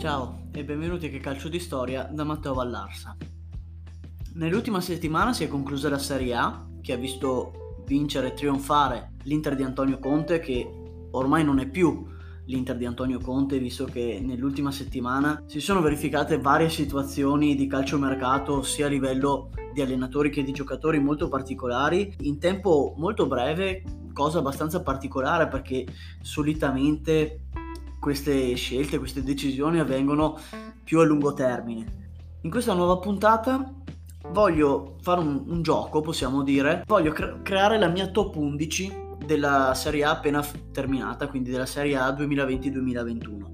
Ciao e benvenuti a Che Calcio di Storia da Matteo Vallarsa. Nell'ultima settimana si è conclusa la Serie A, che ha visto vincere e trionfare l'Inter di Antonio Conte, che ormai non è più l'Inter di Antonio Conte, visto che nell'ultima settimana si sono verificate varie situazioni di calciomercato sia a livello di allenatori che di giocatori molto particolari in tempo molto breve, cosa abbastanza particolare perché solitamente queste scelte, queste decisioni avvengono più a lungo termine. In questa nuova puntata voglio fare un gioco, possiamo dire. Voglio creare la mia top 11 della Serie A appena terminata, quindi della Serie A 2020-2021.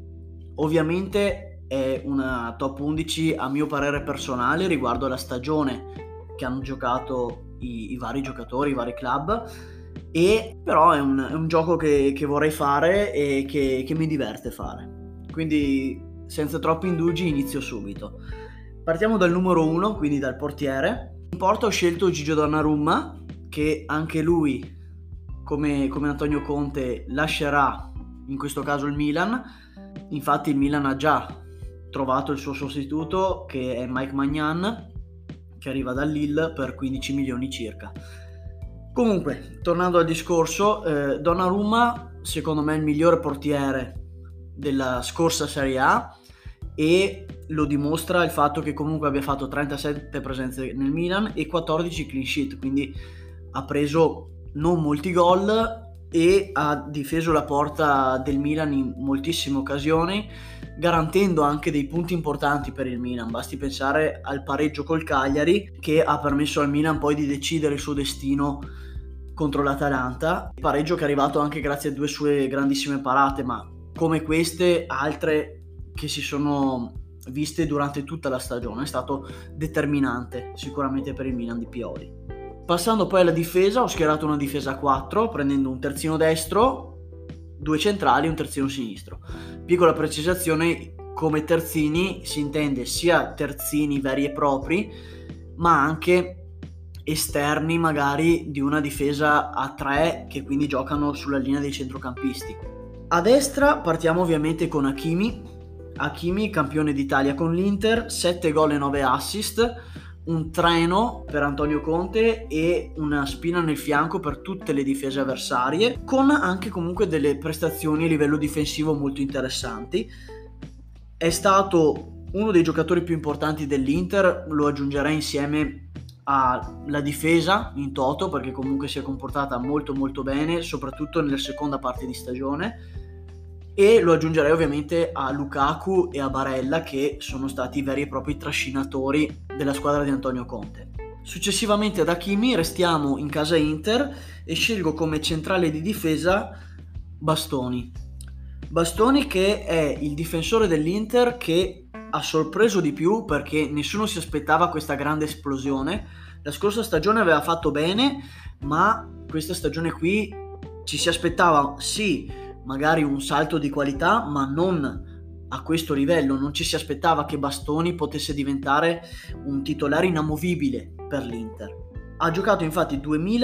Ovviamente è una top 11 a mio parere personale riguardo alla stagione che hanno giocato i vari giocatori, i vari club, e però è un gioco che vorrei fare e che mi diverte fare. Quindi senza troppi indugi inizio subito. Partiamo dal numero 1, quindi dal portiere. In porta ho scelto Gigio Donnarumma, che anche lui, come Antonio Conte, lascerà in questo caso il Milan. Infatti il Milan ha già trovato il suo sostituto, che è Mike Maignan, che arriva dal Lille per 15 milioni circa. Comunque, tornando al discorso, Donnarumma secondo me è il migliore portiere della scorsa Serie A e lo dimostra il fatto che comunque abbia fatto 37 presenze nel Milan e 14 clean sheet, quindi ha preso non molti gol e ha difeso la porta del Milan in moltissime occasioni, garantendo anche dei punti importanti per il Milan. Basti pensare al pareggio col Cagliari, che ha permesso al Milan poi di decidere il suo destino contro l'Atalanta, pareggio che è arrivato anche grazie a 2 sue grandissime parate, ma come queste altre che si sono viste durante tutta la stagione. È stato determinante sicuramente per il Milan di Pioli. Passando poi alla difesa, ho schierato una difesa a 4 prendendo un terzino destro, 2 centrali e un terzino sinistro. Piccola precisazione: come terzini si intende sia terzini veri e propri, ma anche esterni magari di una difesa a 3 che quindi giocano sulla linea dei centrocampisti. A destra partiamo ovviamente con Hakimi, campione d'Italia con l'Inter, 7 gol e 9 assist, un treno per Antonio Conte e una spina nel fianco per tutte le difese avversarie, con anche comunque delle prestazioni a livello difensivo molto interessanti. È stato uno dei giocatori più importanti dell'Inter, lo aggiungerei insieme alla difesa in toto, perché comunque si è comportata molto molto bene, soprattutto nella seconda parte di stagione, e lo aggiungerei ovviamente a Lukaku e a Barella, che sono stati i veri e propri trascinatori della squadra di Antonio Conte. Successivamente ad Hakimi restiamo in casa Inter e scelgo come centrale di difesa Bastoni, che è il difensore dell'Inter che ha sorpreso di più perché nessuno si aspettava questa grande esplosione. La scorsa stagione aveva fatto bene, ma questa stagione qui ci si aspettava sì magari un salto di qualità, ma non a questo livello. Non ci si aspettava che Bastoni potesse diventare un titolare inamovibile per l'Inter. Ha giocato infatti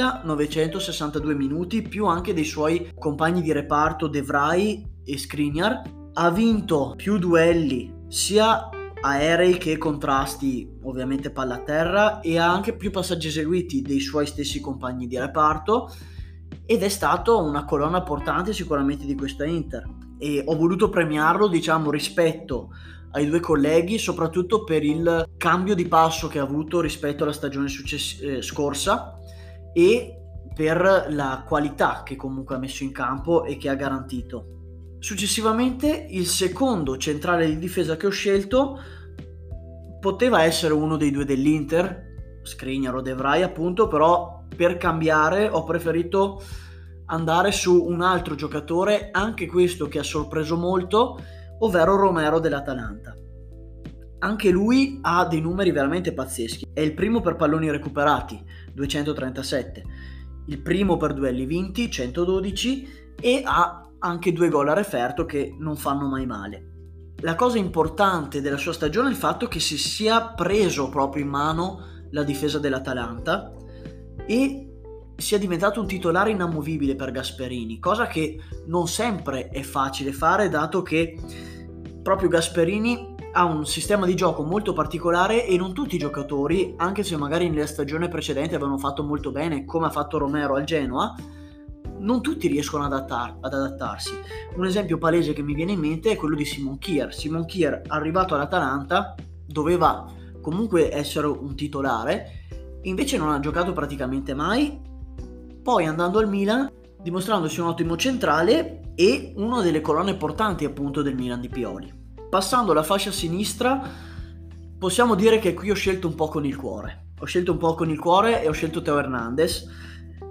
2962 minuti, più anche dei suoi compagni di reparto De Vrij e Skriniar. Ha vinto più duelli sia aerei che contrasti, ovviamente palla a terra, e ha anche più passaggi eseguiti dei suoi stessi compagni di reparto, ed è stato una colonna portante sicuramente di questa Inter, e ho voluto premiarlo rispetto ai 2 colleghi, soprattutto per il cambio di passo che ha avuto rispetto alla stagione scorsa e per la qualità che comunque ha messo in campo e che ha garantito. Successivamente il secondo centrale di difesa che ho scelto poteva essere uno dei 2 dell'Inter, Skriniar o De Vrij appunto, però per cambiare ho preferito andare su un altro giocatore, anche questo che ha sorpreso molto, ovvero Romero dell'Atalanta. Anche lui ha dei numeri veramente pazzeschi. È il primo per palloni recuperati, 237, il primo per duelli vinti, 112, e ha anche 2 gol a referto che non fanno mai male. La cosa importante della sua stagione è il fatto che si sia preso proprio in mano la difesa dell'Atalanta e sia diventato un titolare inamovibile per Gasperini, cosa che non sempre è facile fare, dato che proprio Gasperini ha un sistema di gioco molto particolare e non tutti i giocatori, anche se magari nella stagione precedente avevano fatto molto bene, come ha fatto Romero al Genoa, non tutti riescono ad adattarsi. Un esempio palese che mi viene in mente è quello di Simon Kjær. Simon Kjær, arrivato all'Atalanta, doveva comunque essere un titolare, invece non ha giocato praticamente mai. Poi andando al Milan, dimostrandosi un ottimo centrale e una delle colonne portanti appunto del Milan di Pioli. Passando alla fascia sinistra, possiamo dire che qui ho scelto un po' con il cuore. Ho scelto un po' con il cuore e ho scelto Theo Hernandez.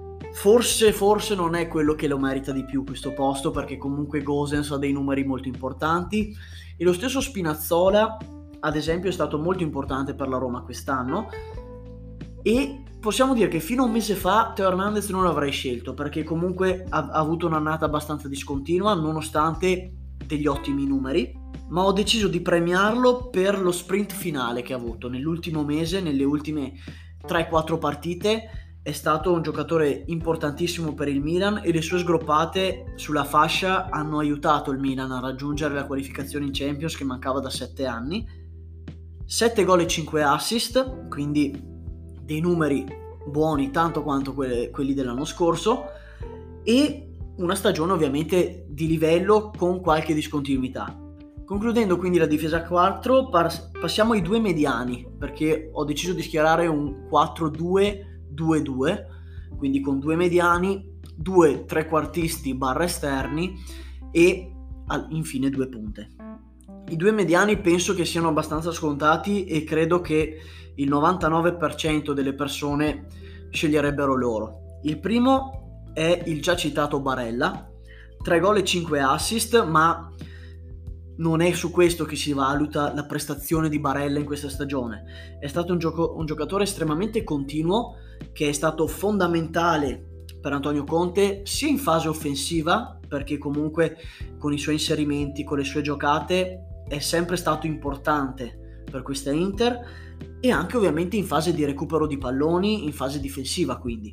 Forse non è quello che lo merita di più questo posto, perché comunque Gosens ha dei numeri molto importanti e lo stesso Spinazzola ad esempio è stato molto importante per la Roma quest'anno, e possiamo dire che fino a un mese fa Theo Hernandez non l'avrei scelto, perché comunque ha avuto un'annata abbastanza discontinua nonostante degli ottimi numeri, ma ho deciso di premiarlo per lo sprint finale che ha avuto nell'ultimo mese. Nelle ultime 3-4 partite è stato un giocatore importantissimo per il Milan e le sue sgroppate sulla fascia hanno aiutato il Milan a raggiungere la qualificazione in Champions che mancava da 7 anni. 7 gol e 5 assist, quindi dei numeri buoni tanto quanto quelli dell'anno scorso, e una stagione ovviamente di livello con qualche discontinuità. Concludendo quindi la difesa 4, passiamo ai due mediani, perché ho deciso di schierare un 4-2-2-2, quindi con due mediani, 2 trequartisti barra esterni e infine 2 punte. I due mediani penso che siano abbastanza scontati e credo che il 99% delle persone sceglierebbero loro. Il primo è il già citato Barella, 3 gol e 5 assist, ma non è su questo che si valuta la prestazione di Barella in questa stagione. È stato un giocatore estremamente continuo, che è stato fondamentale per Antonio Conte sia in fase offensiva, perché comunque con i suoi inserimenti, con le sue giocate è sempre stato importante per questa Inter, e anche ovviamente in fase di recupero di palloni, in fase difensiva, quindi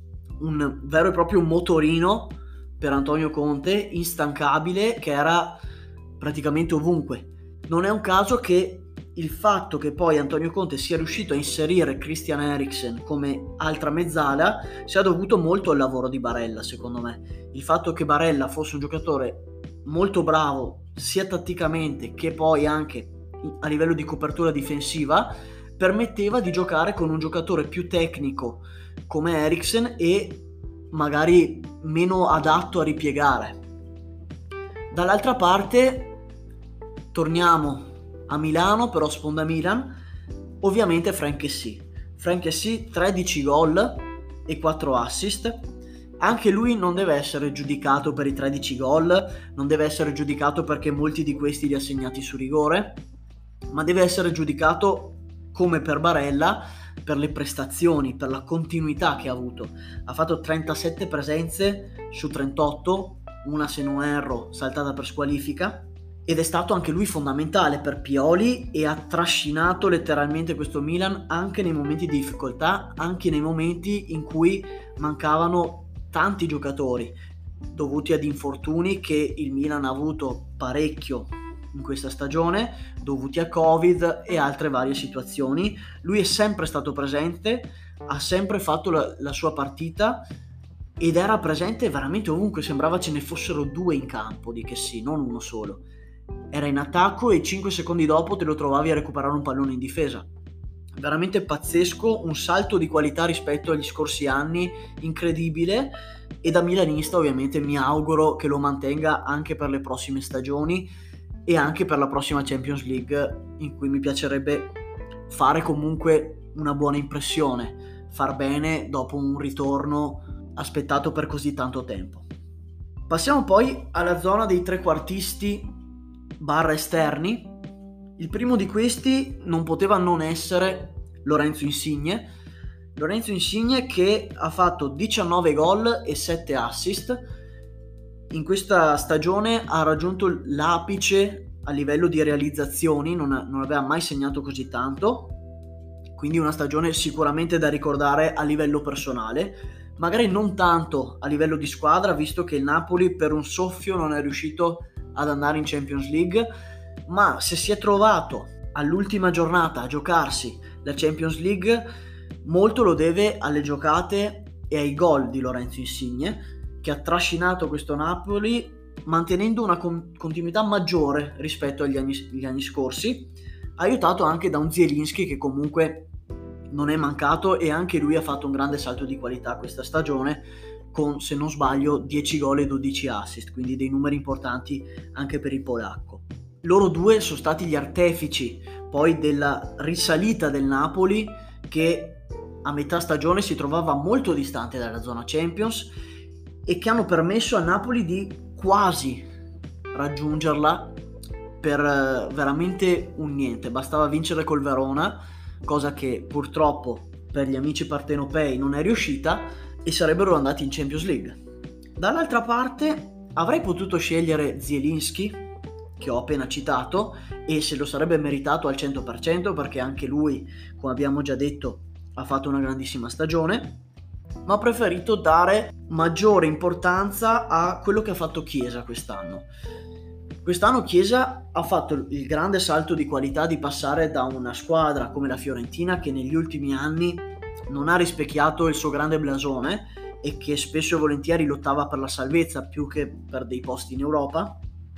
un vero e proprio motorino per Antonio Conte, instancabile, che era praticamente ovunque. Non è un caso che il fatto che poi Antonio Conte sia riuscito a inserire Christian Eriksen come altra mezzala sia dovuto molto al lavoro di Barella, secondo me. Il fatto che Barella fosse un giocatore molto bravo sia tatticamente che poi anche a livello di copertura difensiva permetteva di giocare con un giocatore più tecnico come Eriksen e magari meno adatto a ripiegare. Dall'altra parte torniamo a Milano, però sponda Milan, ovviamente Franck Kessié, 13 gol e 4 assist. Anche lui non deve essere giudicato per i 13 gol, non deve essere giudicato perché molti di questi li ha segnati su rigore, ma deve essere giudicato come per Barella per le prestazioni, per la continuità che ha avuto. Ha fatto 37 presenze su 38, una se non erro saltata per squalifica, ed è stato anche lui fondamentale per Pioli e ha trascinato letteralmente questo Milan anche nei momenti di difficoltà, anche nei momenti in cui mancavano tanti giocatori dovuti ad infortuni che il Milan ha avuto parecchio in questa stagione, dovuti a Covid e altre varie situazioni. Lui è sempre stato presente, ha sempre fatto la sua partita ed era presente veramente ovunque. Sembrava ce ne fossero 2 in campo di Kessié, non uno solo. Era in attacco e 5 secondi dopo te lo trovavi a recuperare un pallone in difesa. Veramente pazzesco, un salto di qualità rispetto agli scorsi anni incredibile, e da milanista ovviamente mi auguro che lo mantenga anche per le prossime stagioni e anche per la prossima Champions League, in cui mi piacerebbe fare comunque una buona impressione, far bene dopo un ritorno aspettato per così tanto tempo. Passiamo poi alla zona dei trequartisti barra esterni. Il primo di questi non poteva non essere Lorenzo Insigne, che ha fatto 19 gol e 7 assist. In questa stagione ha raggiunto l'apice a livello di realizzazioni, non aveva mai segnato così tanto, quindi una stagione sicuramente da ricordare a livello personale, magari non tanto a livello di squadra, visto che il Napoli per un soffio non è riuscito ad andare in Champions League, ma se si è trovato all'ultima giornata a giocarsi la Champions League, molto lo deve alle giocate e ai gol di Lorenzo Insigne, che ha trascinato questo Napoli mantenendo una continuità maggiore rispetto agli anni scorsi, aiutato anche da un Zielinski che comunque non è mancato, e anche lui ha fatto un grande salto di qualità questa stagione con, se non sbaglio, 10 gol e 12 assist, quindi dei numeri importanti anche per il polacco. Loro due sono stati gli artefici poi della risalita del Napoli, che a metà stagione si trovava molto distante dalla zona Champions e che hanno permesso a Napoli di quasi raggiungerla per veramente un niente. Bastava vincere col Verona, cosa che purtroppo per gli amici partenopei non è riuscita, e sarebbero andati in Champions League. Dall'altra parte avrei potuto scegliere Zielinski, che ho appena citato, e se lo sarebbe meritato al 100%, perché anche lui, come abbiamo già detto, ha fatto una grandissima stagione, ma ho preferito dare maggiore importanza a quello che ha fatto Chiesa quest'anno. Quest'anno Chiesa ha fatto il grande salto di qualità di passare da una squadra come la Fiorentina, che negli ultimi anni non ha rispecchiato il suo grande blasone e che spesso e volentieri lottava per la salvezza più che per dei posti in Europa,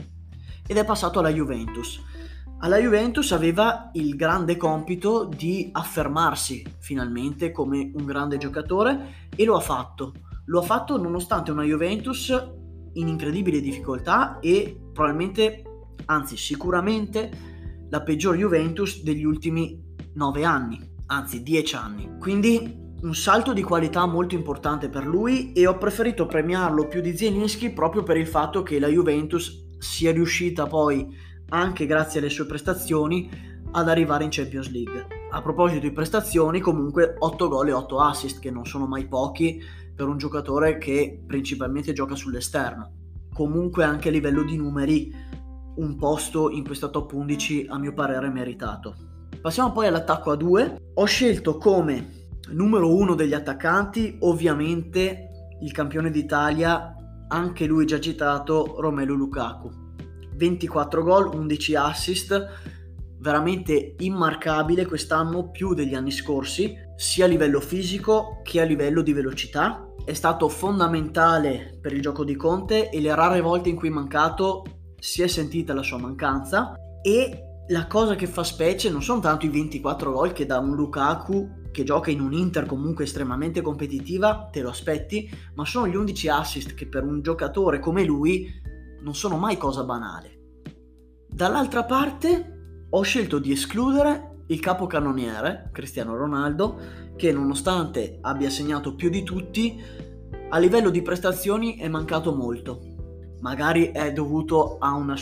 ed è passato alla Juventus. Alla Juventus aveva il grande compito di affermarsi finalmente come un grande giocatore, e lo ha fatto. Lo ha fatto nonostante una Juventus in incredibile difficoltà e probabilmente, anzi sicuramente, la peggior Juventus degli ultimi 9 anni, anzi 10 anni. Quindi un salto di qualità molto importante per lui, e ho preferito premiarlo più di Zielinski proprio per il fatto che la Juventus sia riuscita poi, anche grazie alle sue prestazioni, ad arrivare in Champions League. A proposito di prestazioni, comunque 8 gol e 8 assist, che non sono mai pochi per un giocatore che principalmente gioca sull'esterno. Comunque anche a livello di numeri un posto in questa top 11 a mio parere meritato. Passiamo poi all'attacco a 2. Ho scelto come numero 1 degli attaccanti ovviamente il campione d'Italia, anche lui già citato, Romelu Lukaku. 24 gol, 11 assist, veramente immarcabile quest'anno più degli anni scorsi, sia a livello fisico che a livello di velocità. È stato fondamentale per il gioco di Conte, e le rare volte in cui è mancato si è sentita la sua mancanza. E la cosa che fa specie non sono tanto i 24 gol, che da un Lukaku che gioca in un Inter comunque estremamente competitiva te lo aspetti, ma sono gli 11 assist, che per un giocatore come lui non sono mai cosa banale. Dall'altra parte ho scelto di escludere il capocannoniere Cristiano Ronaldo, che nonostante abbia segnato più di tutti, a livello di prestazioni è mancato molto. Magari è dovuto a un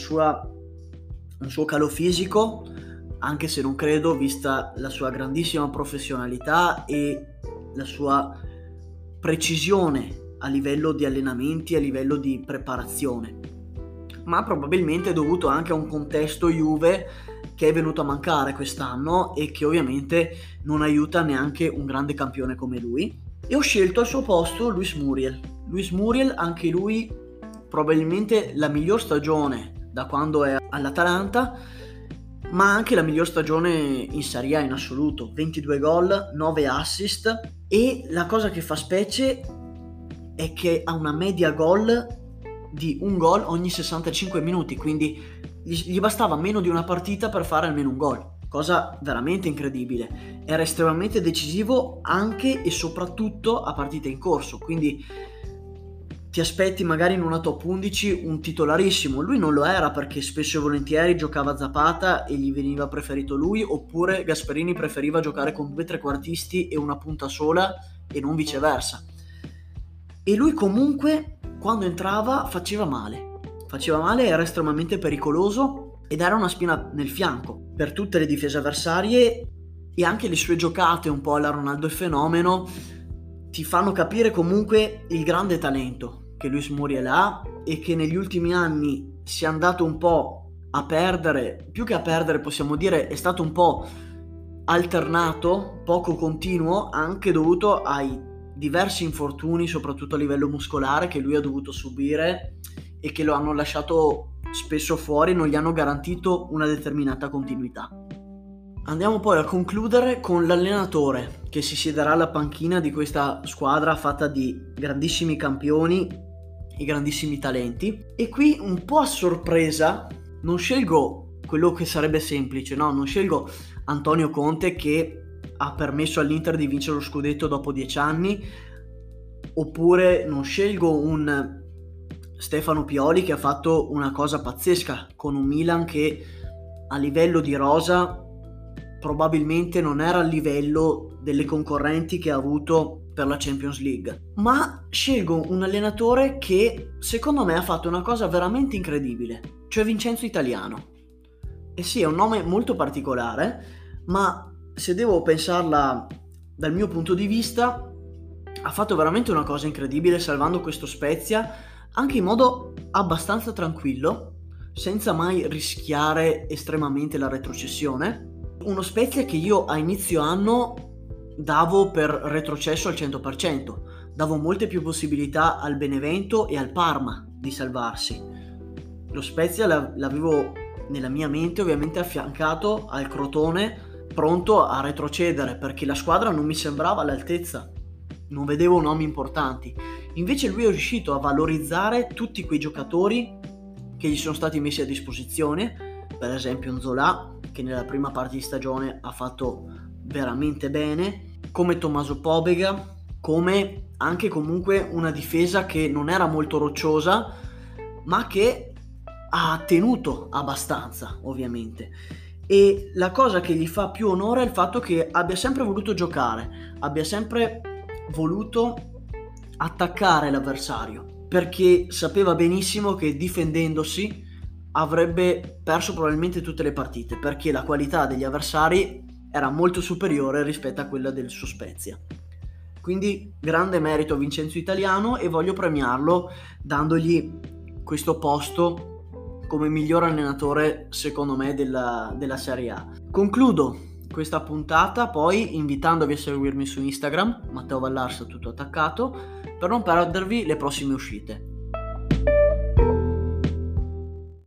suo calo fisico, anche se non credo, vista la sua grandissima professionalità e la sua precisione a livello di allenamenti, a livello di preparazione, ma probabilmente è dovuto anche a un contesto Juve che è venuto a mancare quest'anno e che ovviamente non aiuta neanche un grande campione come lui. E ho scelto al suo posto Luis Muriel, anche lui probabilmente la miglior stagione da quando è all'Atalanta, ma anche la miglior stagione in Serie A in assoluto. 22 gol, 9 assist, e la cosa che fa specie è che ha una media gol di un gol ogni 65 minuti, quindi gli bastava meno di una partita per fare almeno un gol, cosa veramente incredibile. Era estremamente decisivo anche e soprattutto a partite in corso, quindi ti aspetti magari in una top 11 un titolarissimo. Lui non lo era, perché spesso e volentieri giocava Zapata e gli veniva preferito lui, oppure Gasperini preferiva giocare con 2 trequartisti e una punta sola e non viceversa. E lui comunque quando entrava faceva male, era estremamente pericoloso ed era una spina nel fianco per tutte le difese avversarie, e anche le sue giocate un po' alla Ronaldo e fenomeno ti fanno capire comunque il grande talento che Luis Muriel ha, e che negli ultimi anni si è andato un po' a perdere. Più che a perdere, possiamo dire, è stato un po' alternato, poco continuo, anche dovuto ai diversi infortuni, soprattutto a livello muscolare, che lui ha dovuto subire e che lo hanno lasciato spesso fuori non gli hanno garantito una determinata continuità. Andiamo poi a concludere con l'allenatore che si siederà alla panchina di questa squadra fatta di grandissimi campioni e grandissimi talenti, e qui un po' a sorpresa non scelgo quello che sarebbe semplice, no, non scelgo Antonio Conte che ha permesso all'Inter di vincere lo scudetto dopo 10 anni, oppure non scelgo un Stefano Pioli che ha fatto una cosa pazzesca con un Milan che a livello di rosa probabilmente non era al livello delle concorrenti che ha avuto per la Champions League, ma scelgo un allenatore che secondo me ha fatto una cosa veramente incredibile, cioè Vincenzo Italiano. E sì, è un nome molto particolare, ma se devo pensarla dal mio punto di vista, ha fatto veramente una cosa incredibile salvando questo Spezia anche in modo abbastanza tranquillo, senza mai rischiare estremamente la retrocessione. Uno Spezia che io a inizio anno davo per retrocesso al 100%, davo molte più possibilità al Benevento e al Parma di salvarsi. Lo Spezia l'avevo nella mia mente ovviamente affiancato al Crotone, pronto a retrocedere perché la squadra non mi sembrava all'altezza, non vedevo nomi importanti. Invece lui è riuscito a valorizzare tutti quei giocatori che gli sono stati messi a disposizione, per esempio Nzola, che nella prima parte di stagione ha fatto veramente bene, come Tommaso Pobega, come anche comunque una difesa che non era molto rocciosa, ma che ha tenuto abbastanza, ovviamente. E la cosa che gli fa più onore è il fatto che abbia sempre voluto giocare, abbia sempre voluto attaccare l'avversario, perché sapeva benissimo che difendendosi avrebbe perso probabilmente tutte le partite, perché la qualità degli avversari era molto superiore rispetto a quella del suo Spezia. Quindi grande merito a Vincenzo Italiano e voglio premiarlo dandogli questo posto come miglior allenatore secondo me della Serie A. Concludo questa puntata poi invitandovi a seguirmi su Instagram, Matteo Vallarsa tutto attaccato, per non perdervi le prossime uscite.